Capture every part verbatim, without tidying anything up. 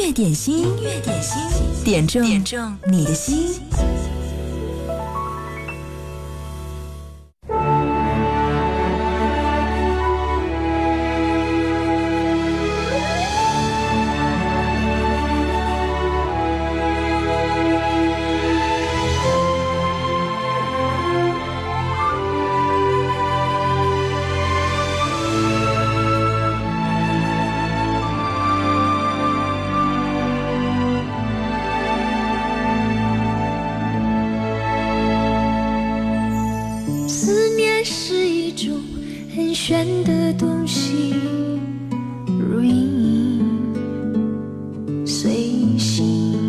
乐点心，音乐点心，点中点中你的心。 玄的东西，如影随形，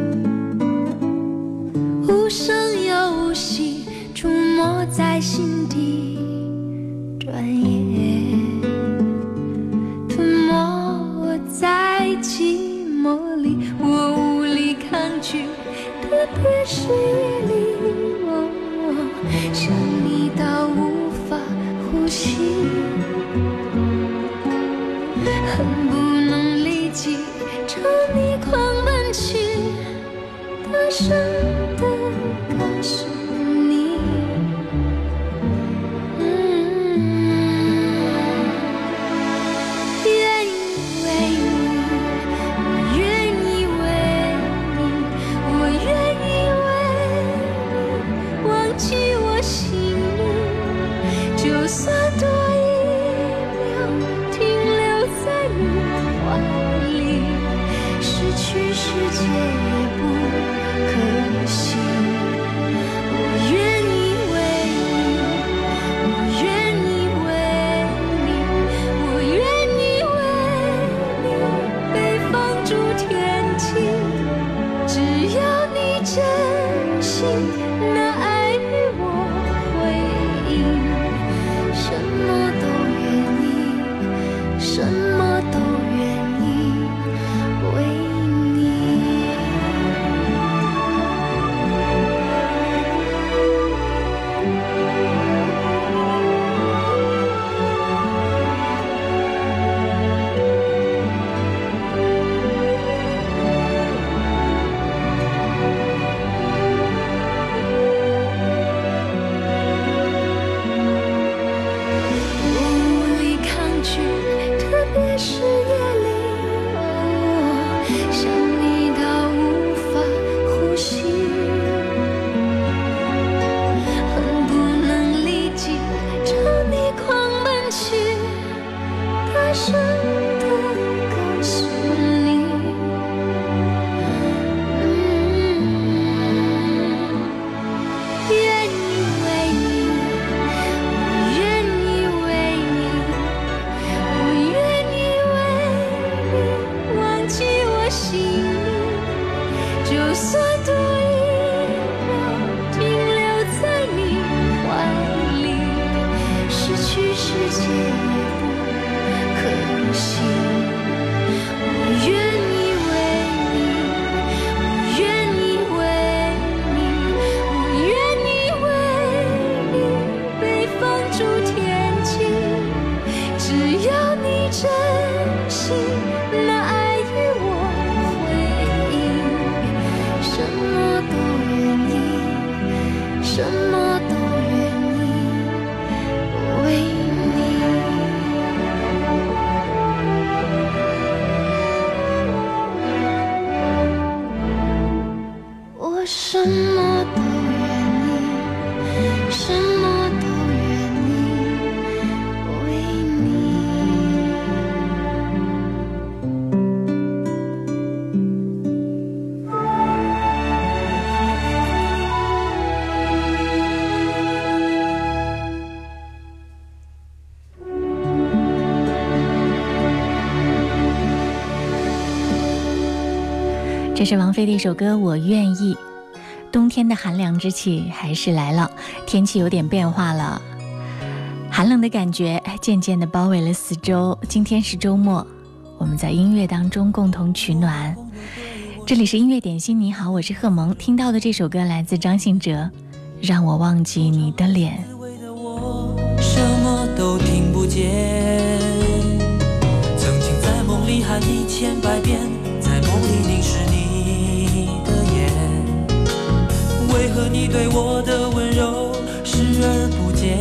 无声又无息，触摸在心底，转眼吞没我在寂寞里，我无力抗拒，特别是夜里，我想你到无法呼吸，恨不能立即朝你狂奔去，大声地告诉你，嗯，愿意为你，我愿意为你，我愿意为你忘记我心里，就算多一秒停留在你怀里，失去世界也不可惜。我愿意为你，我愿意为你，我愿意为你被放逐天际，只要你真心那爱与我回应，什么都愿意，什么都愿意为你。无力抗拒，特别是夜里，哦，想你到无法呼吸，恨不能立即朝你狂奔去，大声地告诉你，嗯，愿意为你，我愿意为你，我愿意为你忘记我心里，就算多一秒停留在你怀里，失去世界也不可惜。我愿意为你，我愿意为你，我愿意为你被放逐天际，只要你真心那爱与我回应，什么都愿意，什么都愿意为你。我什么都愿意，什么都愿意为你。 这是王菲的一首歌《我愿意》。冬天的寒凉之气还是来了，天气有点变化了，寒冷的感觉渐渐地包围了四周。今天是周末，我们在音乐当中共同取暖。这里是音乐点心，你好，我是贺萌。听到的这首歌来自张信哲，让我忘记你的脸。 什么都听不见，曾经在梦里喊你千百遍，在梦里你对我的温柔视而不见。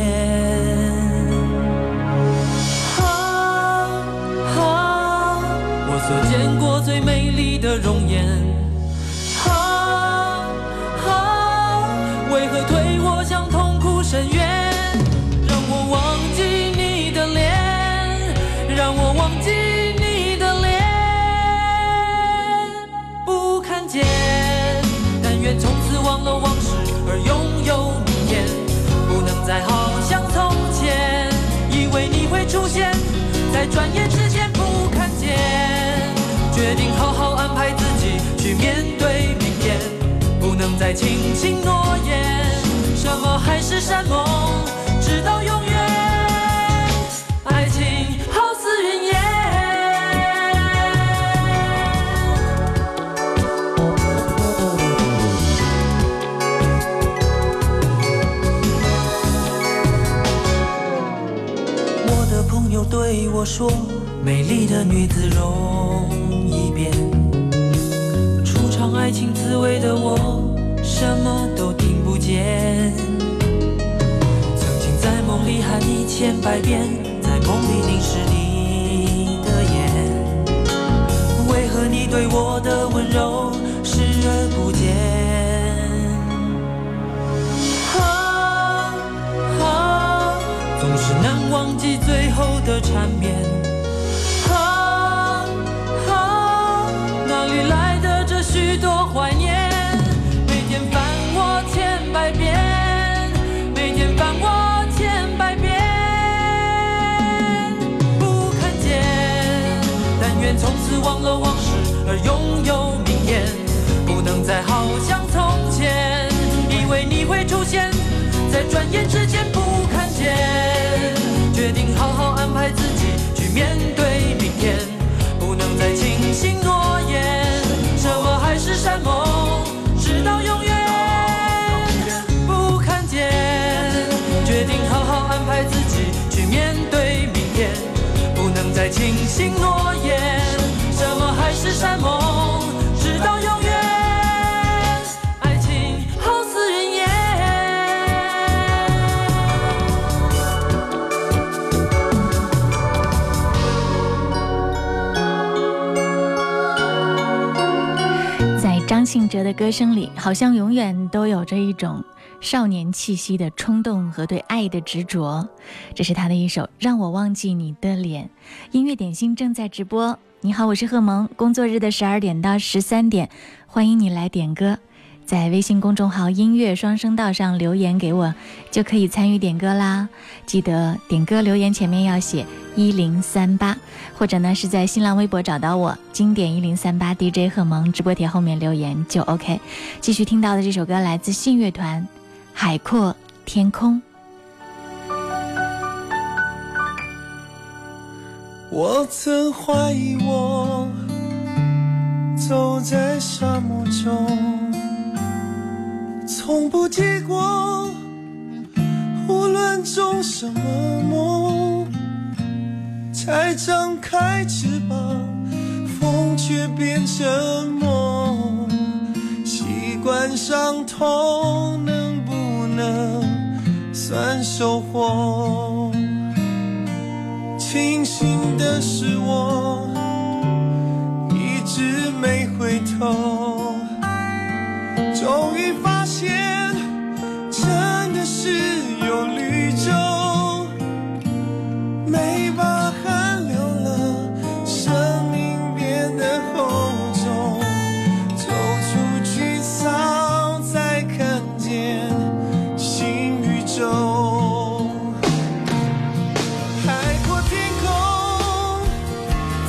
啊啊，我所见过最美丽的容颜。啊啊，为何推我向痛苦深渊？让我忘记你的脸，让我忘记你的脸，不看见。但愿从此忘了往事，而拥有明天，不能再好像从前，以为你会出现在转眼之间，不看见。决定好好安排自己去面对明天，不能再轻轻诺言，什么海誓山盟，直到永远。爱情好似云烟，我的朋友对我说，美丽的女子容易变。初尝爱情滋味的我，什么都听不见。曾经在梦里喊你千百遍，在梦里凝视你的眼，为何你对我的温柔视而不见？啊啊，总是难忘记最后的缠绵。啊啊，哪里来的这许多怀念？每天烦我千百遍，每天烦我千百遍，不看见。但愿从此忘了往事，而拥有明天，不能再好像从前，以为你会出现在转眼之间，不看见。决定好好安排自己去面对明天，不能再轻信诺言，什么海誓山盟，直到永远。不看见，决定好好安排自己去面对明天，不能再轻信诺言，什么海誓山盟，直到永远。爱情好似云烟。 张信哲的歌声里，好像永远都有着一种少年气息的冲动和对爱的执着。这是他的一首《让我忘记你的脸》。音乐点心正在直播。你好，我是贺萌。工作日的十二点到十三点，欢迎你来点歌。在微信公众号音乐双声道上留言给我，就可以参与点歌啦。记得点歌留言前面要写一零三八，或者呢是在新浪微博找到我，经典一零三八 D J 贺萌，直播帖后面留言就 OK。继续听到的这首歌来自信乐团，《海阔天空》。 我曾怀疑我走在沙漠中，从不结果，无论种什么梦，才张开翅膀，风却变成梦。习惯伤痛，能不能算收获？庆幸的是我一直没回头，终于发现真的是有绿洲，没把汗流了，生命变得厚重，走出沮丧，才看见新宇宙。海阔天空，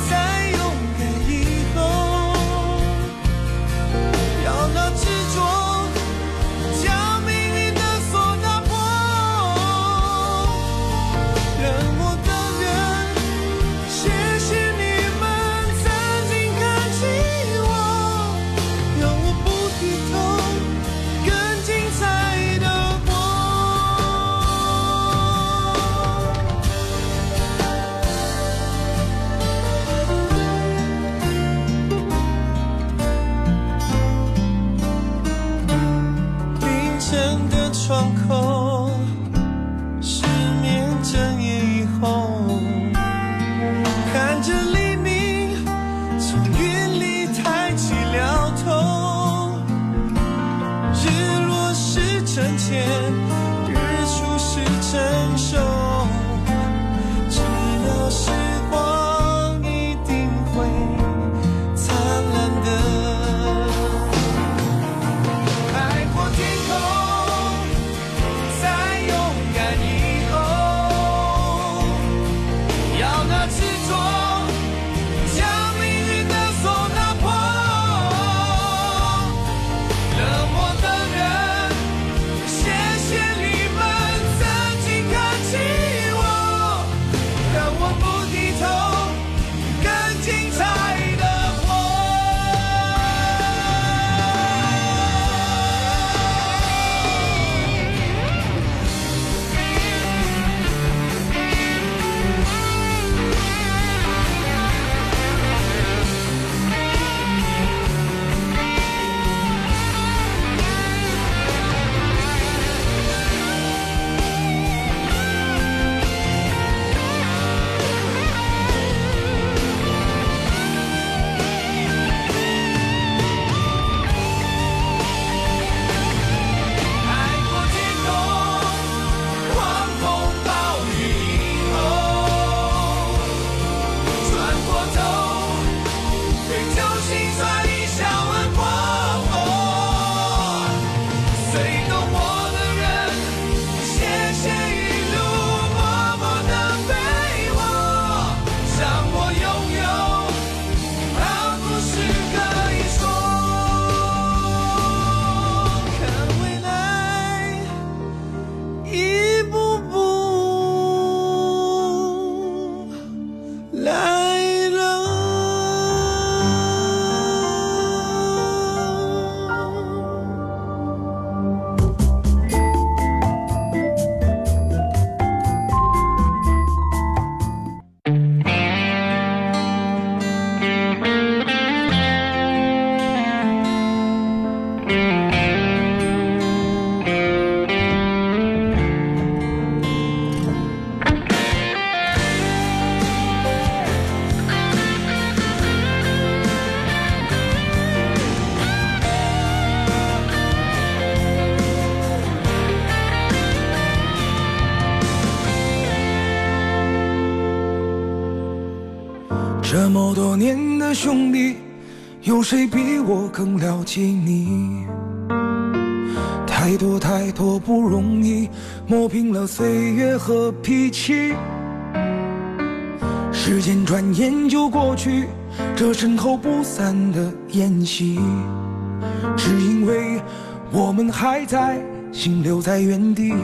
的兄弟，有谁比我更了解你？太多太多不容易，磨平了岁月和脾气。时间转眼就过去，这身后不散的宴席，只因为我们还在，心留在原地。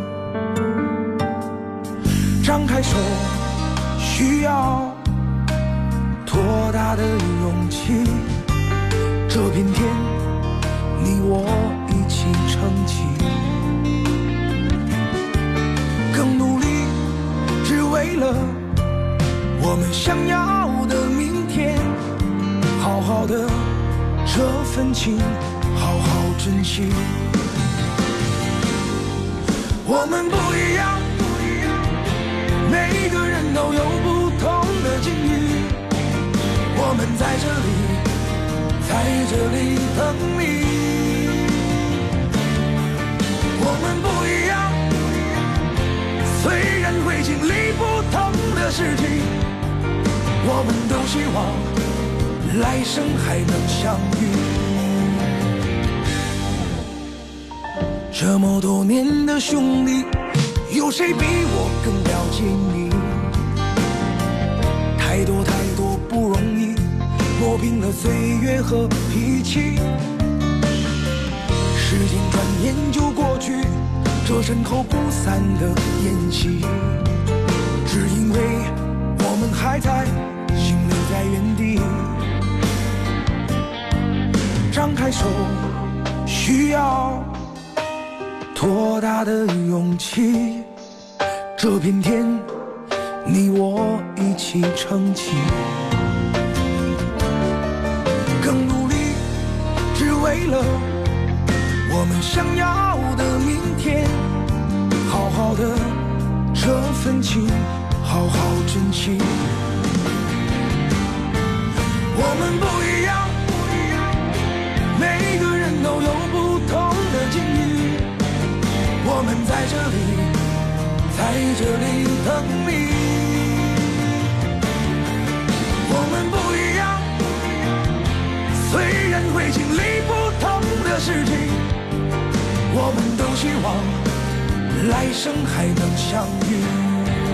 张开手，需要多大的勇气？这片天，你我一起撑起，更努力，只为了我们想要的明天。好好的这份情，好好珍惜。我们不一样，每个人都有不同的境遇。我们在这里，在这里等你。我们不一样，虽然会经历不同的事情，我们都希望来生还能相遇。这么多年的兄弟，有谁比我更了解你？太多太多不容易，磨平了岁月和脾气。时间转眼就过去，这身后不散的宴席，只因为我们还在，心留在原地。张开手，需要多大的勇气？这片天，你我一起撑起，更努力，只为了我们想要的明天。好好的这份情，好好珍惜。我们不一样，每个人都有不同的境遇。我们在这里，在这里等你。我们不一样，虽然会经历不同的事情，我们都希望来生还能相遇。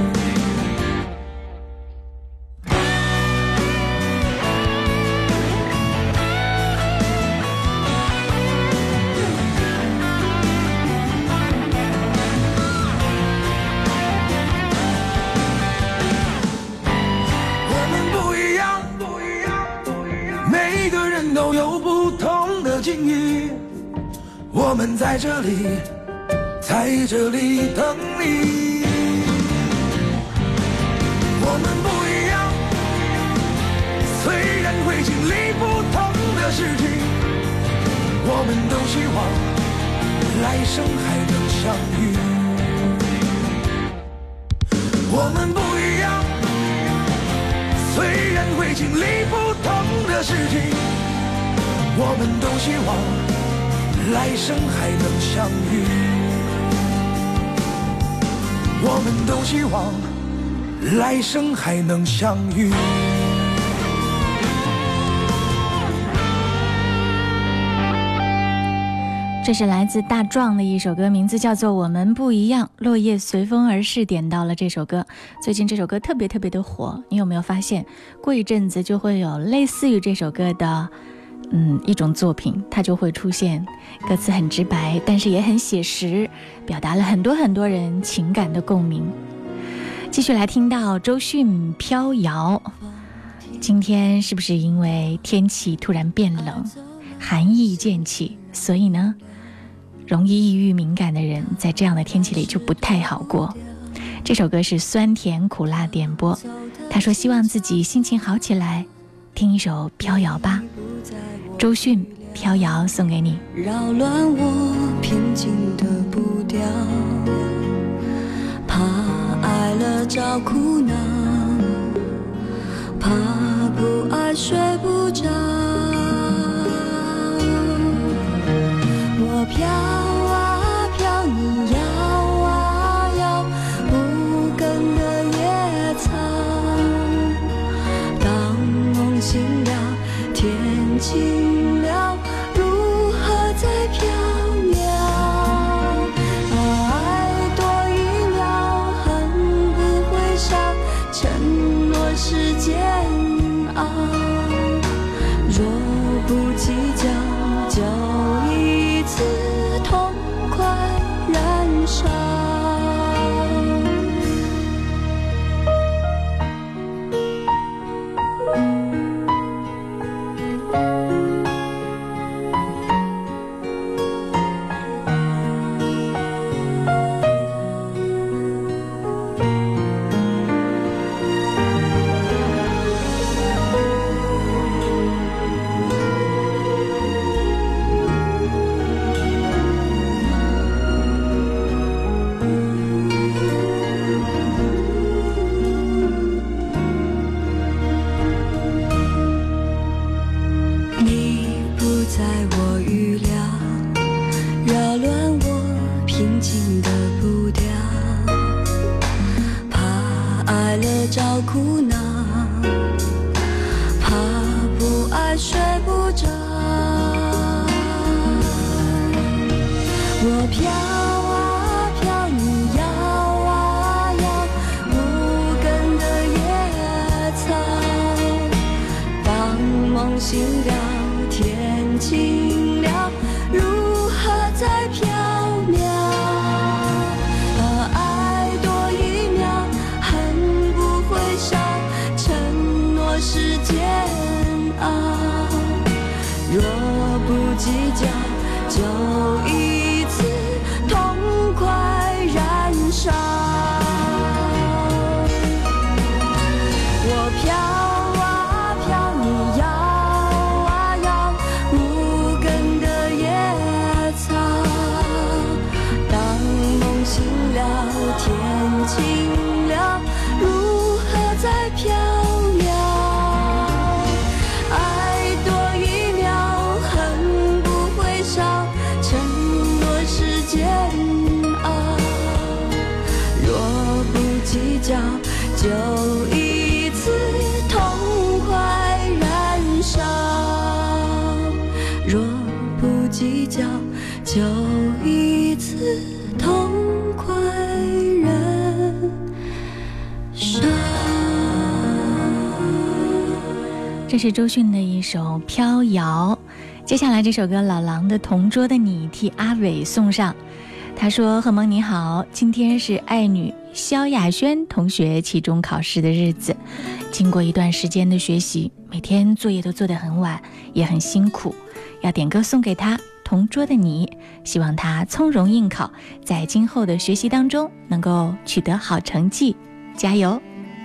都有不同的境遇，我们在这里，在这里等你。我们不一样，虽然会经历不同的事情，我们都希望来生还能相遇。我们不一样，虽然会经历不同的事情，我们都希望来生还能相遇。我们都希望来生还能相遇。 这是来自大壮的一首歌，名字叫做《我们不一样》。落叶随风而逝点到了这首歌，最近这首歌特别特别的火，你有没有发现过一阵子就会有类似于这首歌的嗯，一种作品，它就会出现，歌词很直白，但是也很写实，表达了很多很多人情感的共鸣。继续来听到周迅《飘摇》。今天是不是因为天气突然变冷，寒意渐起，所以呢，容易抑郁敏感的人在这样的天气里就不太好过。这首歌是酸甜苦辣点播，他说希望自己心情好起来，听一首《飘摇》吧。周迅《飘摇》送给你。 扰乱我平静的步调，怕爱了找苦恼，怕不爱睡不着。我飘啊飘，你摇啊摇，无根的野草，当梦醒了晴了，如何在飘渺？爱多一秒，恨不会少，承诺是煎熬。若不计较，就一次痛快燃烧。就一次痛快燃烧，若不计较，就一次痛快燃烧。 这是周迅的一首《飘摇》，接下来这首歌老狼的《同桌的你》替阿伟送上。他说：贺萌你好，今天是爱女萧亚轩同学期中考试的日子，经过一段时间的学习，每天作业都做得很晚，也很辛苦，要点歌送给他，同桌的你，希望他从容应考，在今后的学习当中能够取得好成绩，加油。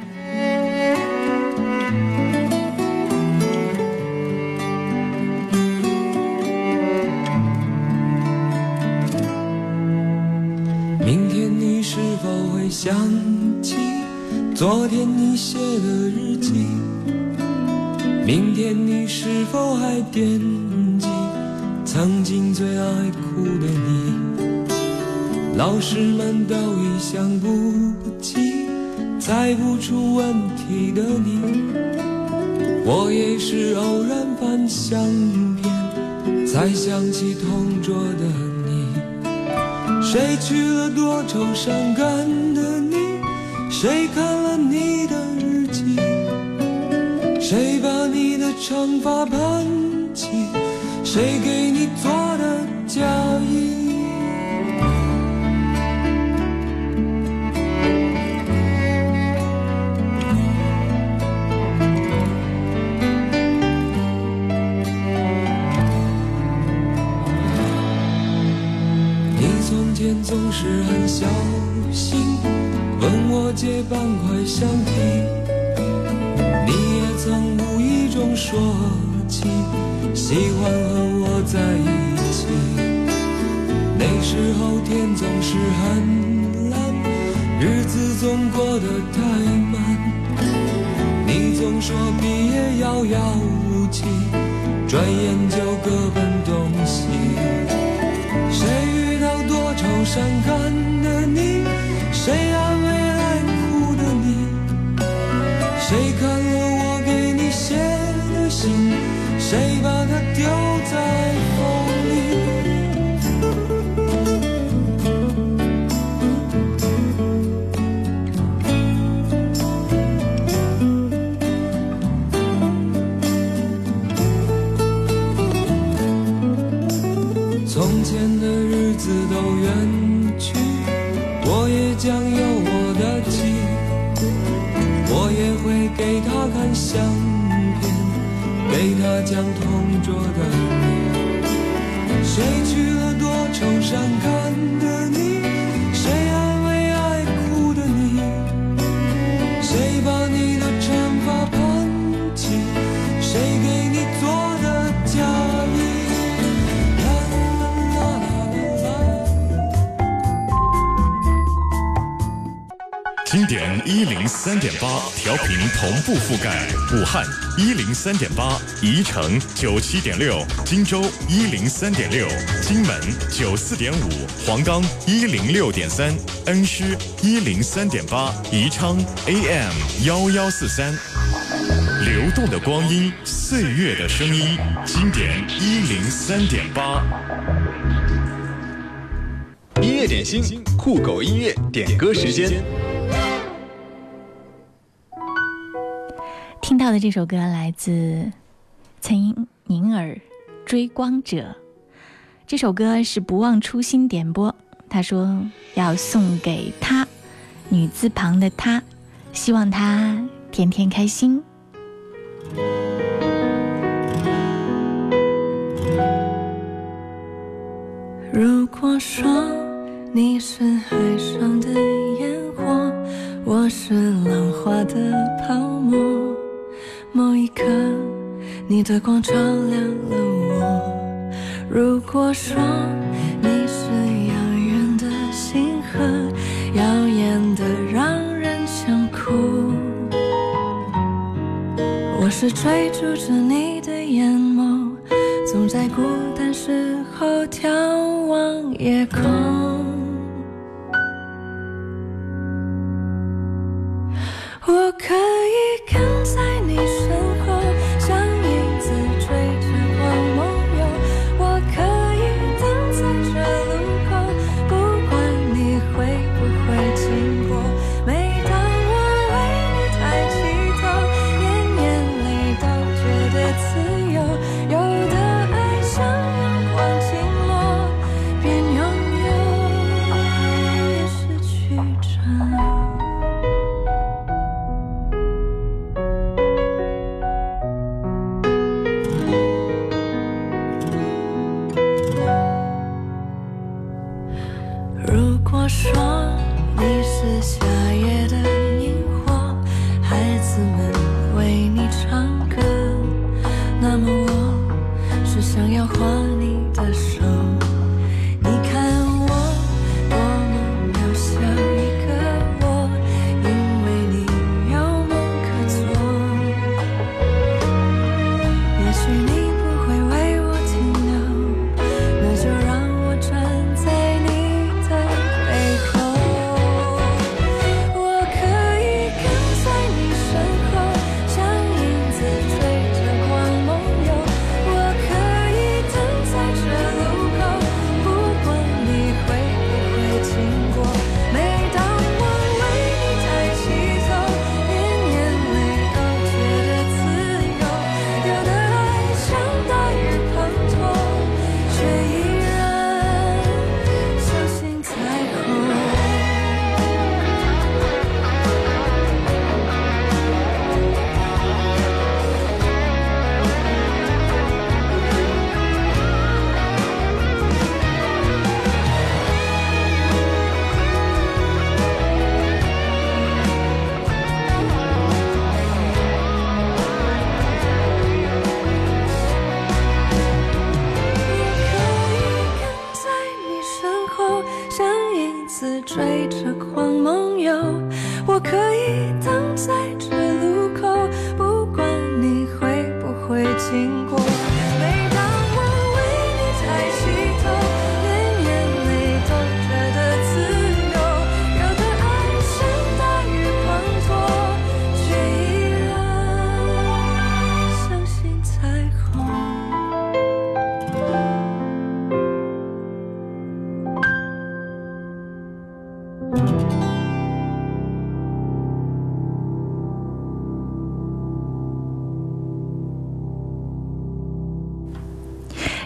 明天你是否会想起昨天你写的日记？明天你是否还惦记曾经最爱哭的你？老师们都已想不起猜不出问题的你，我也是偶然翻相片才想起同桌的你。谁去了多愁善感的你？谁看了你的日记？谁把你的长发盘起？谁给你做的嫁衣？总是很小心问我借半块橡皮，你也曾无意中说起喜欢和我在一起。那时候天总是很蓝，日子总过得太慢，你总说毕业遥遥无期，转眼就各奔东西。谁遇到多愁善感的你？谁安慰爱哭的你？谁看了我给你写的信？谁谁把它丢在风里？从前的日子都远去，我也将有我的妻，我也会给她看相片，给她讲同桌的你。谁去了多愁善感的你？谁安慰爱哭的你？谁把你的长发盘起？谁给你做的嫁衣？ 经典一零三点八调频同步覆盖武汉一零三点八，宜城九七点六，荆州一零三点六，荆门九四点五，黄冈一零六点三，恩施一零三点八，宜昌 A M 幺幺四三。流动的光阴，岁月的声音，经典一零三点八。 音乐点心，酷狗音乐点歌时间。 听到的这首歌来自岑宁儿《追光者》，这首歌是不忘初心点播，他说要送给他，女字旁的他，希望他天天开心。 如果说你是海上的烟火，我是浪花的泡沫，某一刻你的光照亮了我。如果说你是遥远的星河，耀眼的让人想哭，我是追逐着你的眼眸，总在孤单时候眺望夜空。我可以跟在你身后，像影子追着光梦游。我可以等在这路口，不管你会不会经过。每当我为你抬起头，连眼泪都觉得自由。有的爱像阳光倾落，边拥有边失去着。如果说你是夏夜的萤火，孩子们为你唱歌，那么我是想要画你的手。你看我多么渺小一个我，因为你有梦可做。也许你不会为我停留，那就让我站在你的背后。我可以跟在你身后，像影子追着光梦游。我可以等在这路口，不管你会不会经过。每当我为你抬起头，连眼泪都觉得自由。有的爱像大雨滂沱，却依然相信彩虹。在你身后，像影子追着光梦游。我可以等在这路口，不管你会不会经过。每当我为你抬起头，连眼泪都觉得自由。有的爱像大雨滂沱，却依然相信彩虹。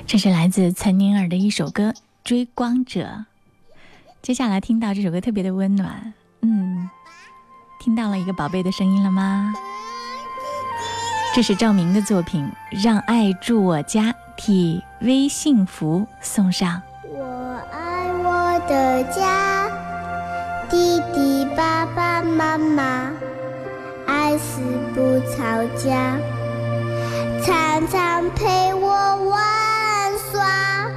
这是来自岑宁儿的一首歌《追光者》。接下来听到这首歌特别的温暖，嗯，听到了一个宝贝的声音了吗？这是赵明的作品《让爱住我家》，替微幸福送上。 我爱我的家，弟弟爸爸妈妈爱死不吵架，常常陪我玩耍。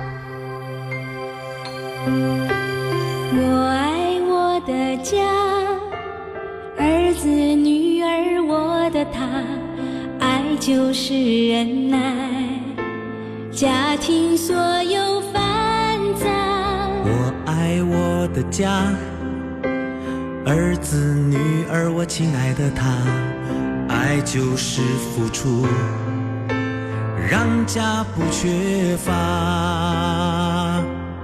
我爱我的家，儿子女儿我的他，爱就是忍耐，家庭所有烦躁。 我爱我的家，儿子女儿我亲爱的他，爱就是付出，让家不缺乏。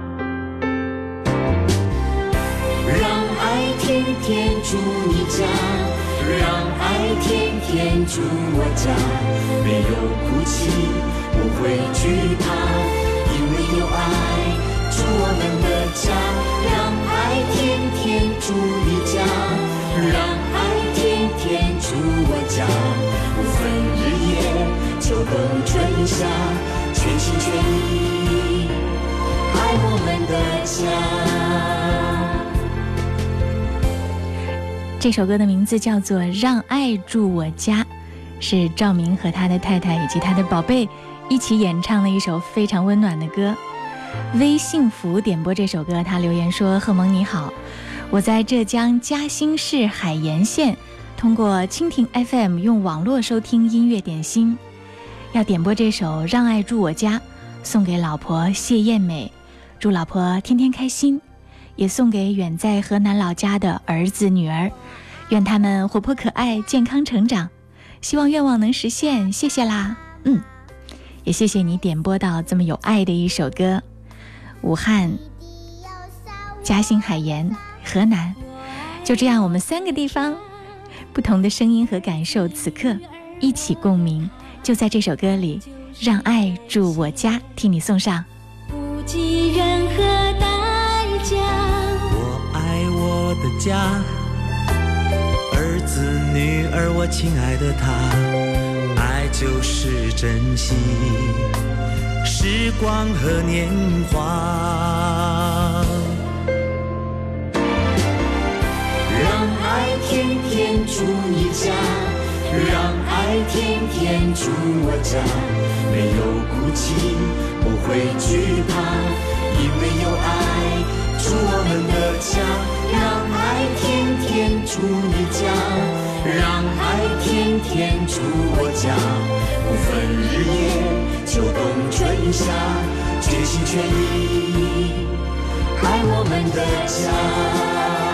让爱天天住你家，让爱天天住我家，没有哭泣，不会惧怕，因为有爱住我们的家。让爱天天住你家，让爱天天住我家，不分日夜，秋冬春夏，全心全意爱我们的家。 这首歌的名字叫做《让爱住我家》，是赵明和他的太太以及他的宝贝一起演唱了一首非常温暖的歌。微幸福点播这首歌，他留言说：贺蒙你好，我在浙江嘉兴市海盐县，通过蜻蜓 F M 用网络收听音乐点心，要点播这首《让爱住我家》，送给老婆谢艳美，祝老婆天天开心，也送给远在河南老家的儿子女儿，愿他们活泼可爱，健康成长，希望愿望能实现，谢谢啦。嗯，也谢谢你点播到这么有爱的一首歌。武汉、嘉兴海盐、河南，就这样我们三个地方不同的声音和感受，此刻一起共鸣，就在这首歌里，让爱住我家，替你送上。 不计任何代价， 我爱我的家，儿子女儿我亲爱的他，爱就是珍惜时光和年华。 让爱天天住你家，让爱天天住我家，没有哭泣，不会惧怕，因为有爱住我们的家。让爱天天住你家，让爱天天住我家，不分日夜，秋冬春夏，全心全意爱我们的家。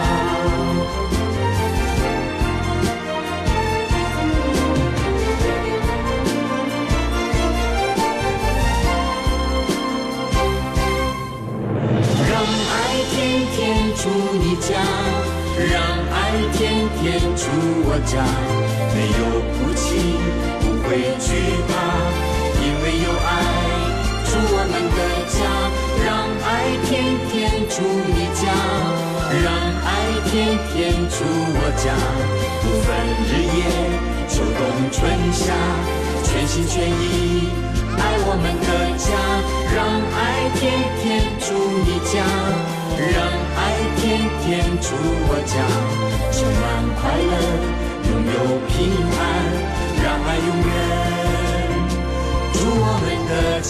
住你家，让爱天天住我家，没有哭泣，不会惧怕，因为有爱住我们的家。让爱天天住你家，让爱天天住我家，不分日夜，秋冬春夏，全心全意爱我们的家。让爱天天住你家，让爱天天住我家，充满快乐，拥有平安，让爱永远住我们的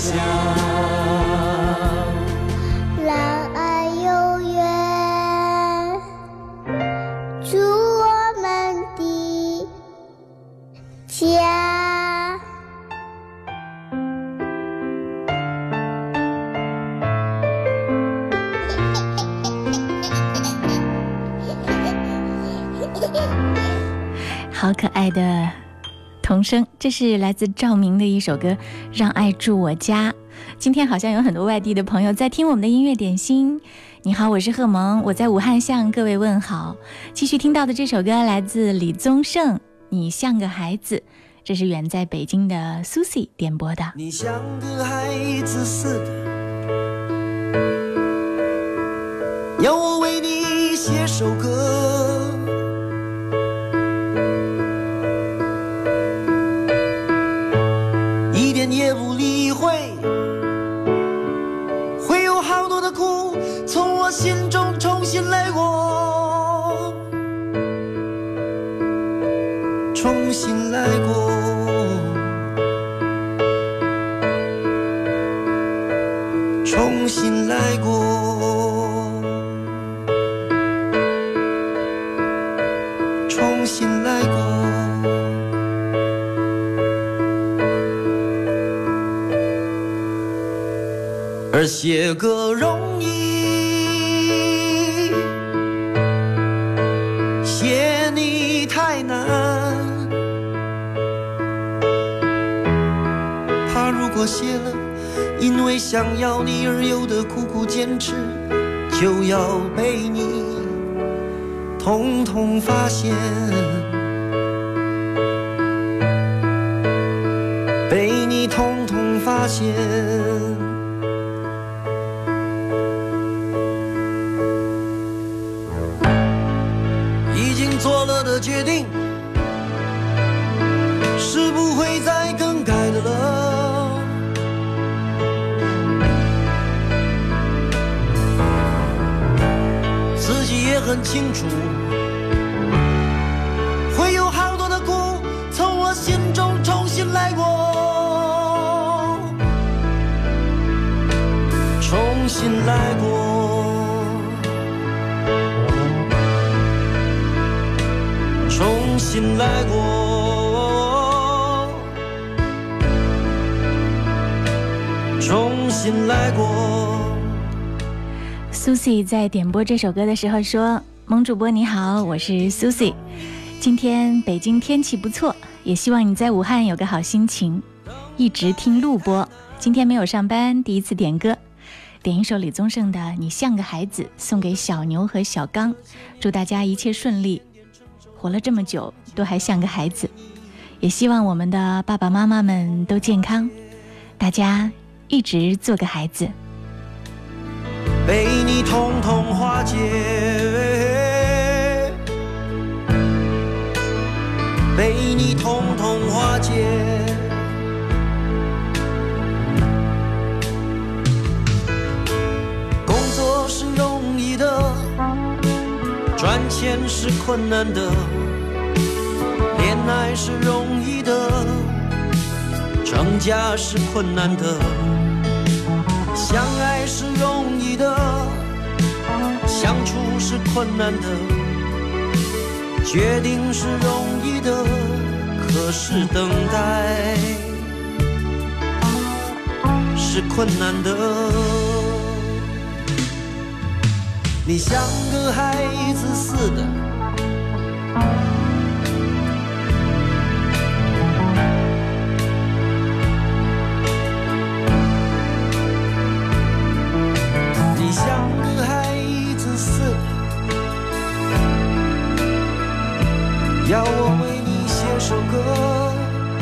家。让爱永远住我们的家。 好可爱的童声，这是来自赵明的一首歌《让爱住我家》。今天好像有很多外地的朋友在听我们的音乐点心。你好，我是贺萌，我在武汉向各位问好。继续听到的这首歌来自李宗盛，你像个孩子， 这是远在北京的 Susie 点播的。 你像个孩子似的，要我为你写首歌，一点也不理会，会有好多的苦从我心中重新来过，重新来过，重新来过，重新来过。而写歌容易，写你太难，怕如果写了，因为想要你而有的苦苦坚持，就要被你统统发现，被你统统发现。已经做了的决定，是不会再更改的了。自己也很清楚，会有好多的苦从我心中重新来过，重新来过，重新来过，重新来过。 Susie 在点播这首歌的时候说：蒙主播你好，我是 Susie， 今天北京天气不错，也希望你在武汉有个好心情，一直听录播，今天没有上班，第一次点歌，点一首李宗盛的《你像个孩子》，送给小牛和小刚，祝大家一切顺利，活了这么久都还像个孩子，也希望我们的爸爸妈妈们都健康，大家一直做个孩子。 被你统统化解，被你统统化解。工作是容易的，赚钱是困难的，恋爱是容易的，成家是困难的，相爱是容易的，相处是困难的，决定是容易的，可是等待是困难的。你像个孩子似的，你像个孩子似的，要我为你写首歌，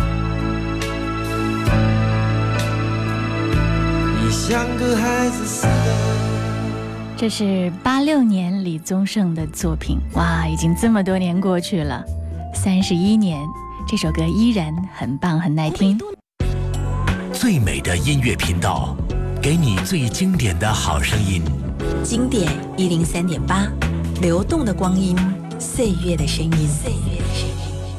你像个孩子似的。 这是八六年李宗盛的作品，哇，已经这么多年过去了，三十一年，这首歌依然很棒，很耐听。 最美的音乐频道，给你最经典的好声音。 经典一零三点八，流动的光阴，岁月的声音，岁月的声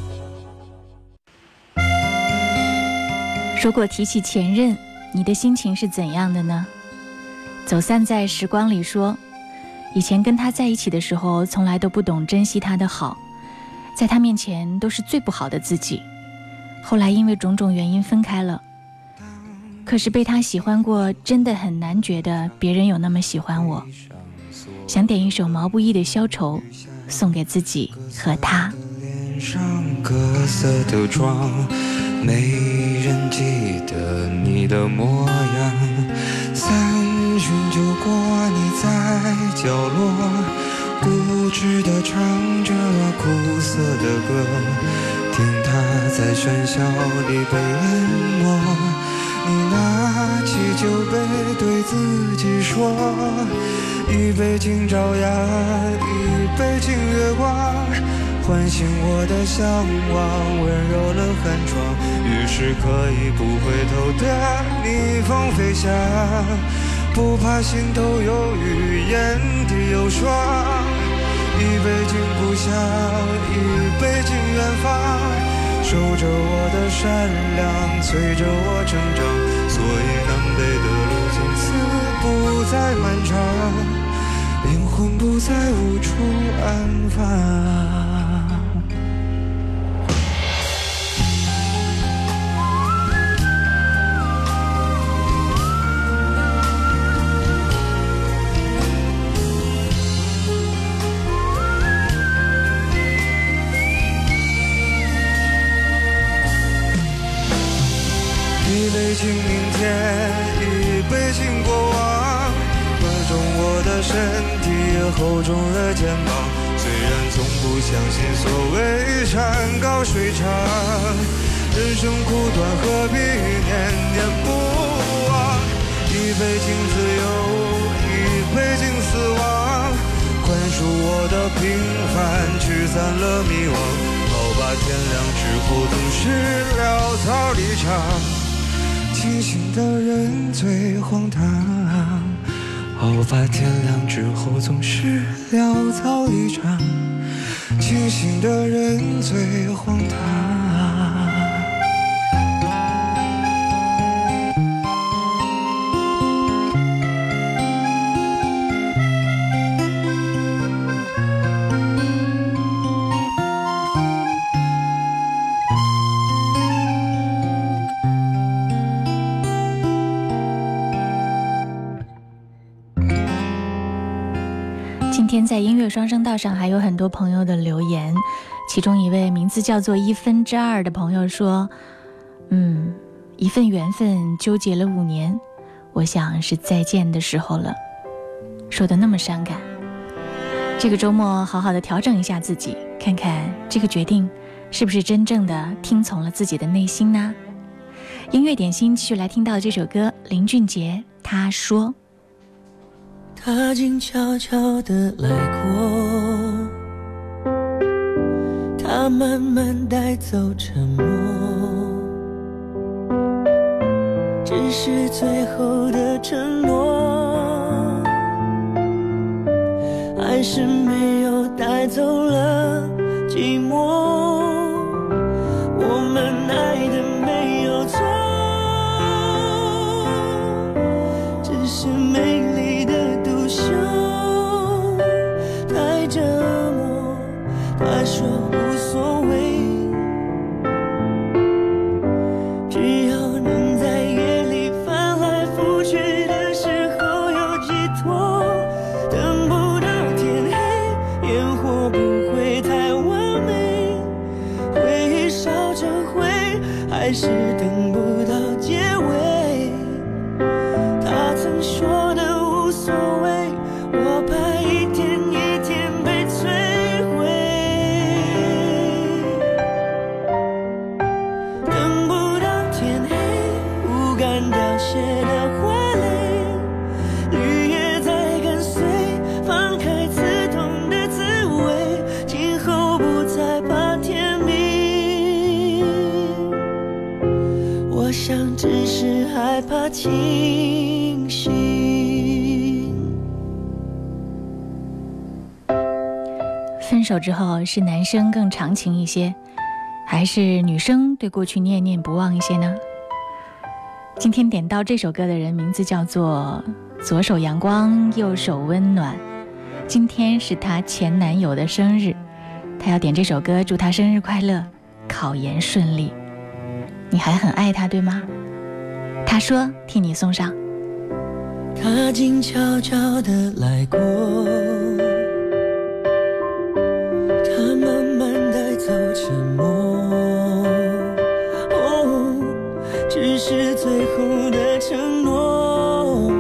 音。 如果提起前任，你的心情是怎样的呢？走散在时光里说，以前跟他在一起的时候，从来都不懂珍惜他的好，在他面前都是最不好的自己。后来因为种种原因分开了，可是被他喜欢过，真的很难觉得别人有那么喜欢我。想点一首毛不易的《消愁》，送给自己和他。 脸上各色的妆，没人记得你的模样，三巡酒过，你在角落固执地唱着苦涩的歌，听它在喧嚣里被淹没。你拿起酒杯对自己说，一杯敬朝阳，一杯敬月光，唤醒我的向往，温柔了寒窗。于是可以不回头的逆风飞翔，不怕心头有雨，眼底有霜。一杯敬故乡，一杯敬远方，守着我的善良，催着我成长。所以南北的路从此不再漫长，灵魂不再无处安放。一杯敬明天，一杯敬过往，宽重我的身体，也厚重了肩膀。虽然从不相信所谓山高水长，人生苦短，何必念念不忘。一杯敬自由，一杯敬死亡，宽恕我的平凡，驱散了迷惘。好吧，天亮之后总是潦草离场，清醒的人最荒唐。好吧，天亮之后总是潦草离场，清醒的人最荒唐。 今天在音乐双声道上还有很多朋友的留言，其中一位名字叫做一分之二的朋友说，嗯，一份缘分纠结了五年，我想是再见的时候了。说得那么伤感，这个周末好好的调整一下自己，看看这个决定是不是真正的听从了自己的内心呢？音乐点心继续来听到这首歌，林俊杰他说， 他静悄悄地来过，他慢慢带走沉默，只是最后的承诺，还是没有带走了寂寞。我们爱的没有错，只是美丽的太折磨，他说无所谓，只要能在夜里翻来覆去的时候有寄托，等不到天黑，烟火不会太完美，回忆烧成灰，还是等不到结尾。他曾说的无所谓，我怕一天一天被摧毁，等不到天黑，不敢凋谢的花蕾，绿叶在跟随，放开刺痛的滋味，今后不再怕天明。我想只是害怕清醒。 分手之后是男生更长情一些，还是女生对过去念念不忘一些呢？今天点到这首歌的人名字叫做左手阳光右手温暖，今天是她前男友的生日，她要点这首歌祝他生日快乐，考研顺利。你还很爱他对吗？他说替你送上。 他静悄悄地来过，他慢慢带走沉默，哦，只是最后的承诺，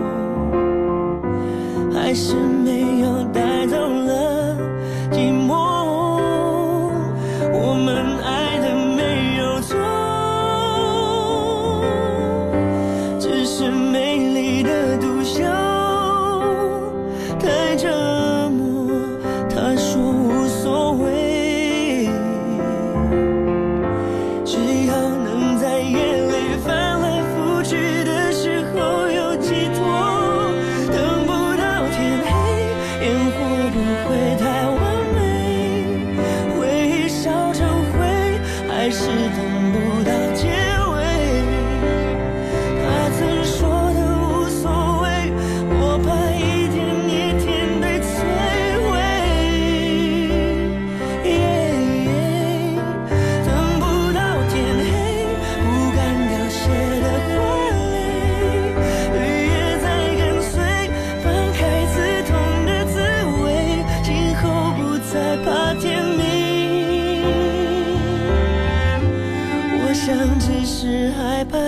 还是没有带走了寂寞。我们爱的没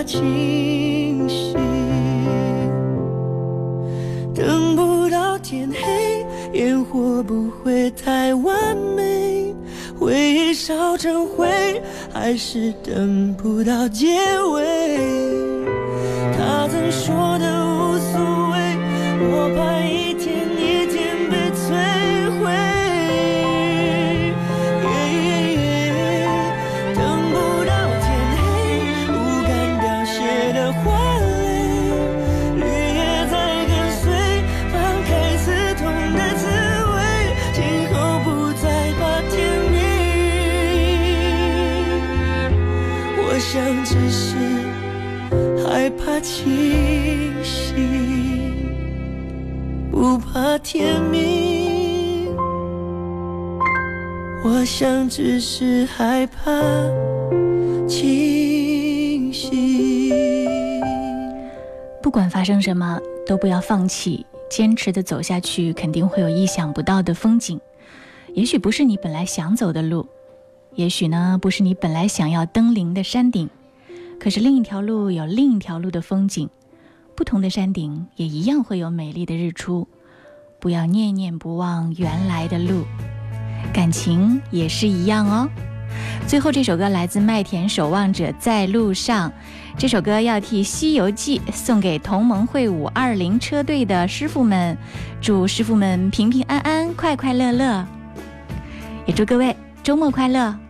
清醒。等不到天黑，烟火不会太完美，回忆烧成灰，还是等不到结尾。他曾说的无所谓，我怕一天一天被摧毁。等不到天黑，不敢凋谢的花蕾，绿叶在跟随，放开刺痛的滋味，今后不再怕天明。我想只是害怕清醒，不怕天明。我想只是害怕清醒。 不管发生什么，都不要放弃，坚持的走下去，肯定会有意想不到的风景。也许不是你本来想走的路，也许呢不是你本来想要登临的山顶，可是另一条路有另一条路的风景，不同的山顶也一样会有美丽的日出。不要念念不忘原来的路，感情也是一样哦。最后这首歌来自麦田守望者在路上，这首歌要替西游记送给同盟会五二零车队的师傅们，祝师傅们平平安安快快乐乐，也祝各位周末快乐。